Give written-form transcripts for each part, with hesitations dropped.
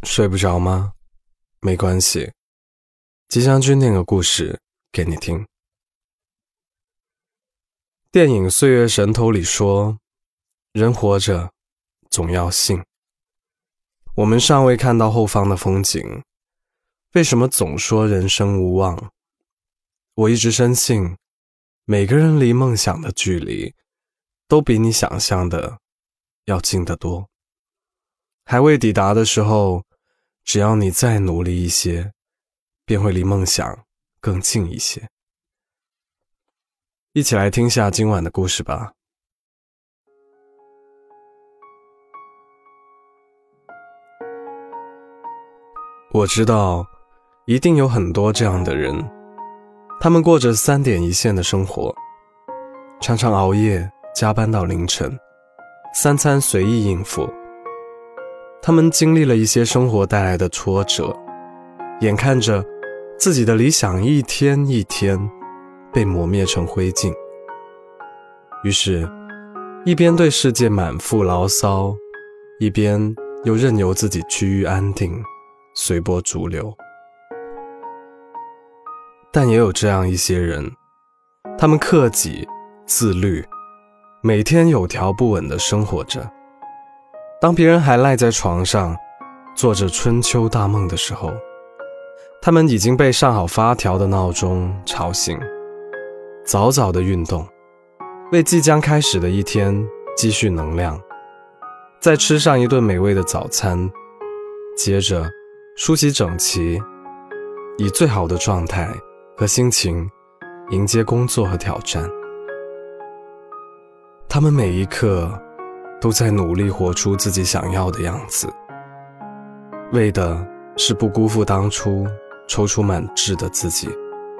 睡不着吗？没关系，吉祥君念个故事给你听。电影《岁月神偷》里说，人活着总要信。我们尚未看到后方的风景，为什么总说人生无望？我一直深信，每个人离梦想的距离都比你想象的要近得多。还未抵达的时候，只要你再努力一些，便会离梦想更近一些。一起来听下今晚的故事吧。我知道，一定有很多这样的人，他们过着3点一线的生活，常常熬夜加班到凌晨，3餐随意应付。他们经历了一些生活带来的挫折，眼看着自己的理想一天一天被磨灭成灰烬，于是一边对世界满腹牢骚，一边又任由自己趋于安定，随波逐流。但也有这样一些人，他们克己自律，每天有条不紊地生活着。当别人还赖在床上做着春秋大梦的时候，他们已经被上好发条的闹钟吵醒，早早的运动，为即将开始的一天积蓄能量，再吃上一顿美味的早餐，接着梳洗整齐，以最好的状态和心情迎接工作和挑战。他们每一刻都在努力活出自己想要的样子，为的是不辜负当初踌躇满志的自己。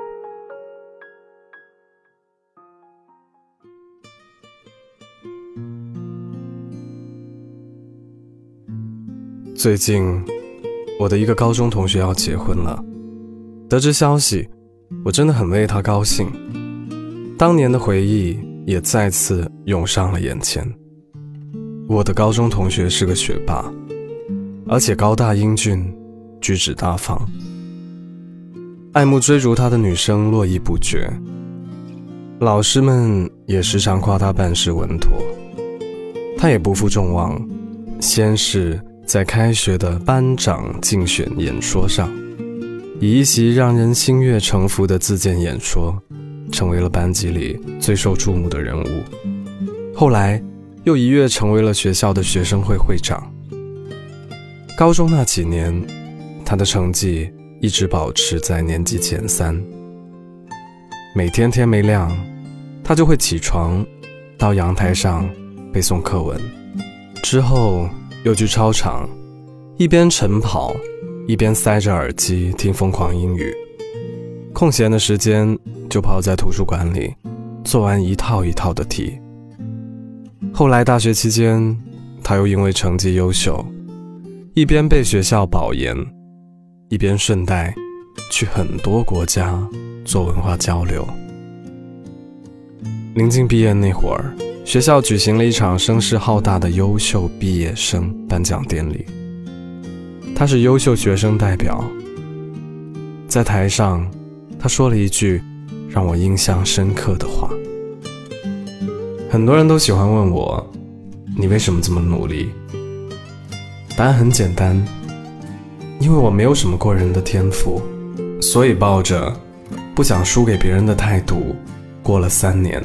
最近，我的一个高中同学要结婚了，得知消息，我真的很为他高兴。当年的回忆也再次涌上了眼前。我的高中同学是个学霸，而且高大英俊，举止大方，爱慕追逐他的女生络绎不绝，老师们也时常夸他办事稳妥。他也不负众望，先是在开学的班长竞选演说上，以一席让人心悦诚服的自荐演说，成为了班级里最受注目的人物。后来又一跃成为了学校的学生会会长。高中那几年，他的成绩一直保持在年级前3。每天天没亮，他就会起床到阳台上背诵课文，之后又去操场，一边晨跑一边塞着耳机听疯狂英语。空闲的时间就泡在图书馆里，做完一套一套的题。后来大学期间，他又因为成绩优秀，一边被学校保研，一边顺带去很多国家做文化交流。临近毕业那会儿，学校举行了一场声势浩大的优秀毕业生颁奖典礼，他是优秀学生代表。在台上，他说了一句让我印象深刻的话。很多人都喜欢问我，你为什么这么努力？答案很简单，因为我没有什么过人的天赋，所以抱着不想输给别人的态度，过了3年。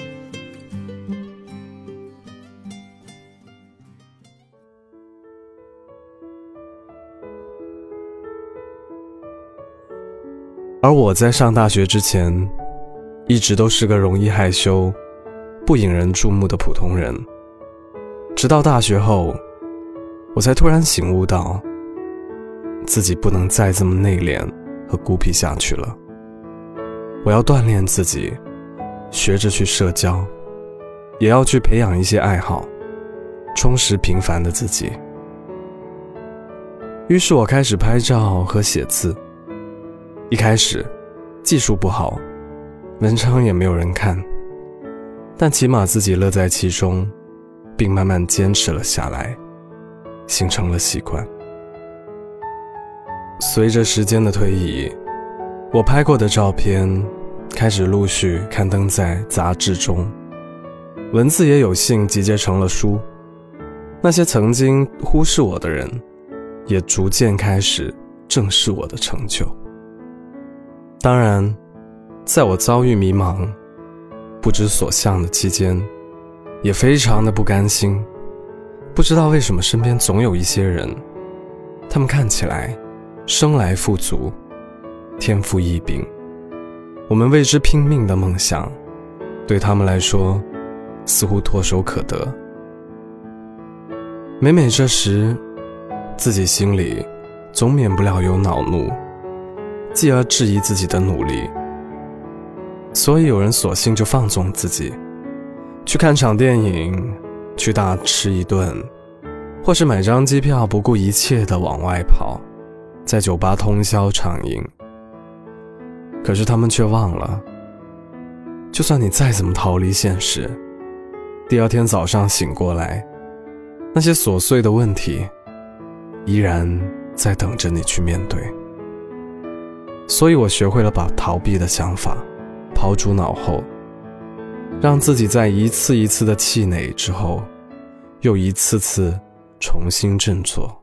而我在上大学之前，一直都是个容易害羞、不引人注目的普通人。直到大学后，我才突然醒悟到，自己不能再这么内敛和孤僻下去了。我要锻炼自己，学着去社交，也要去培养一些爱好，充实平凡的自己。于是我开始拍照和写字。一开始技术不好，文章也没有人看，但起码自己乐在其中，并慢慢坚持了下来，形成了习惯。 随着时间的推移，我拍过的照片开始陆续刊登在杂志中，文字也有幸集结成了书。那些曾经忽视我的人，也逐渐开始正视我的成就。当然，在我遭遇迷茫、不知所向的期间，也非常的不甘心。不知道为什么身边总有一些人，他们看起来生来富足，天赋异禀，我们为之拼命的梦想，对他们来说似乎唾手可得。每每这时，自己心里总免不了有恼怒，继而质疑自己的努力。所以有人索性就放纵自己，去看场电影，去大吃一顿，或是买张机票不顾一切地往外跑，在酒吧通宵畅饮。可是他们却忘了，就算你再怎么逃离现实，第二天早上醒过来，那些琐碎的问题依然在等着你去面对。所以我学会了把逃避的想法抛诸脑后，让自己在一次一次的气馁之后，又一次次重新振作。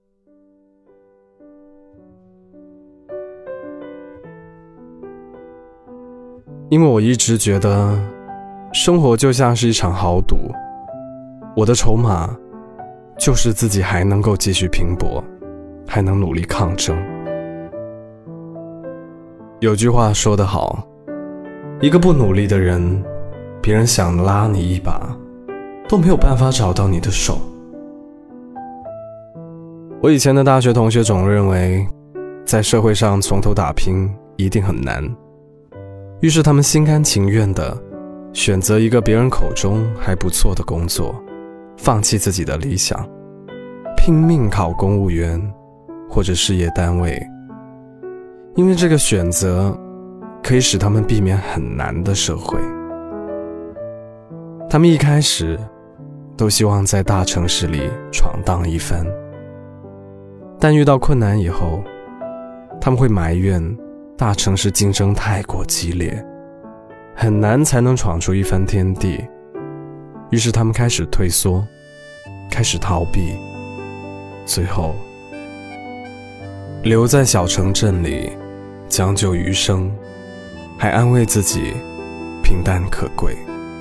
因为我一直觉得生活就像是一场豪赌，我的筹码就是自己还能够继续拼搏，还能努力抗争。有句话说得好，一个不努力的人，别人想拉你一把都没有办法找到你的手。我以前的大学同学总认为在社会上从头打拼一定很难，于是他们心甘情愿地选择一个别人口中还不错的工作，放弃自己的理想，拼命考公务员或者事业单位。因为这个选择可以使他们避免很难的社会。他们一开始都希望在大城市里闯荡一番，但遇到困难以后，他们会埋怨大城市竞争太过激烈，很难才能闯出一番天地。于是他们开始退缩，开始逃避，最后留在小城镇里将就余生，还安慰自己平淡可贵。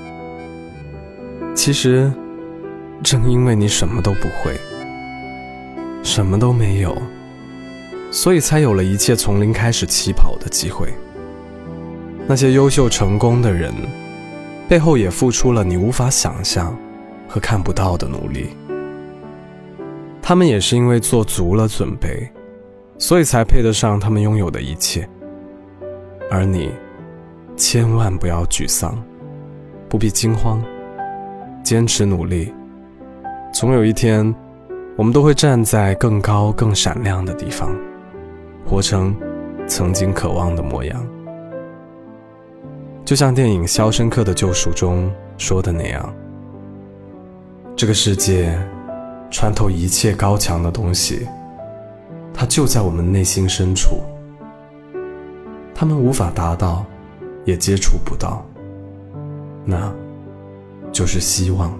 其实正因为你什么都不会，什么都没有，所以才有了一切从零开始起跑的机会。那些优秀成功的人，背后也付出了你无法想象和看不到的努力。他们也是因为做足了准备，所以才配得上他们拥有的一切。而你千万不要沮丧，不必惊慌，坚持努力，总有一天我们都会站在更高更闪亮的地方，活成曾经渴望的模样。就像电影《肖申克的救赎》中说的那样，这个世界穿透一切高墙的东西，它就在我们内心深处，他们无法达到，也接触不到，那就是希望。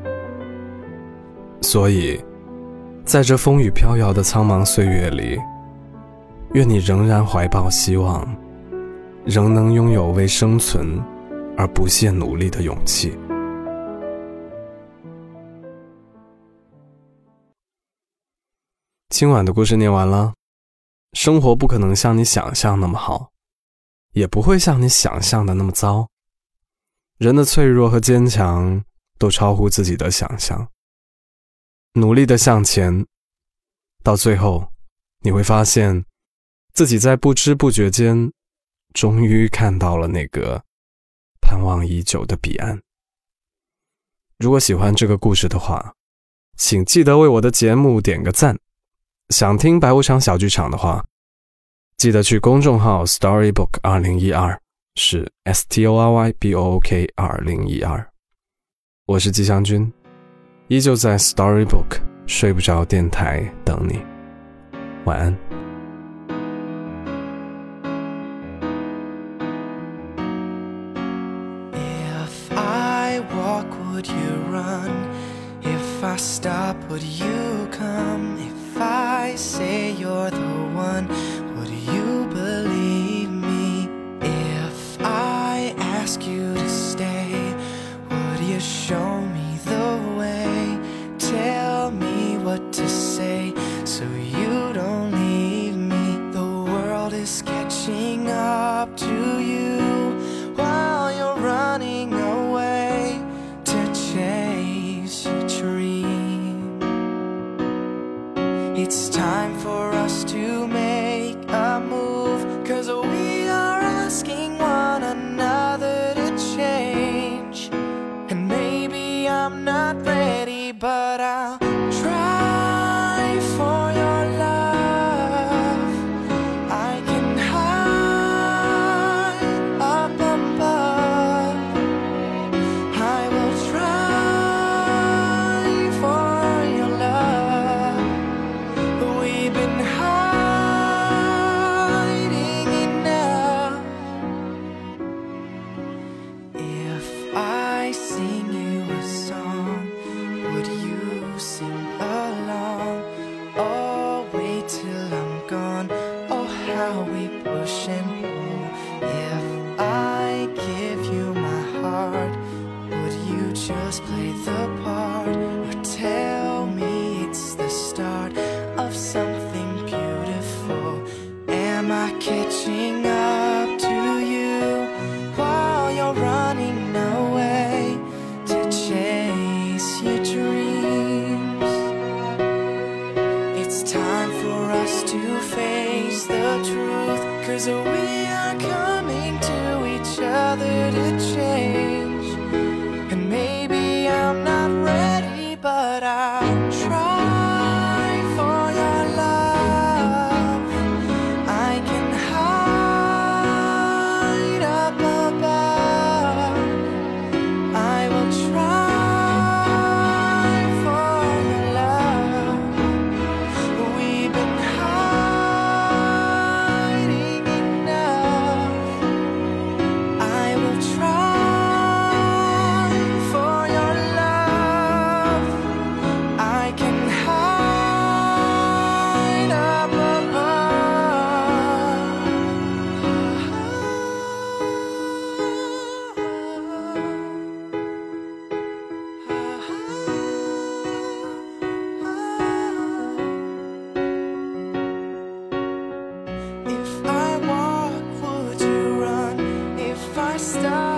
所以在这风雨飘摇的苍茫岁月里，愿你仍然怀抱希望，仍能拥有为生存而不懈努力的勇气。今晚的故事念完了。生活不可能像你想象那么好，也不会像你想象的那么糟。人的脆弱和坚强都超乎自己的想象。努力的向前，到最后你会发现自己在不知不觉间终于看到了那个盼望已久的彼岸。如果喜欢这个故事的话，请记得为我的节目点个赞。想听白无常小剧场的话，记得去公众号 Storybook 2012，是 STORYBOOK 2012。我是吉祥君，依旧在 Storybook 睡不着电台等你，晚安。 stop, would you come? If I say you're the one, would you believe me? If I ask you to stay, would you show me the way? Tell me what to say so you don't leave me. The world is catching up to you while you're running away to chase your dream. It's time for us to make a move, 'cause we are asking one another to change. And maybe I'm not ready, but I'll try for your love. I can hide up above. I will try for your love. We've been hiding enough. If I sing you a song, would you sing along? Oh, wait till I'm gone. Oh, how we push and pull. If I give you my heart, would you just play the part? Or tell me it's the start of something beautiful? Am I catching up to you while you're running away to chase your dreams? It's time for us to face the truth, 'cause we are coming to each other to change. And maybe I'm not ready, but I'll try for your love. I can hide up above. I will try for your love. We've been hiding enough. I will try for your love. I can hide up above. If I walk, would you run? If I stop,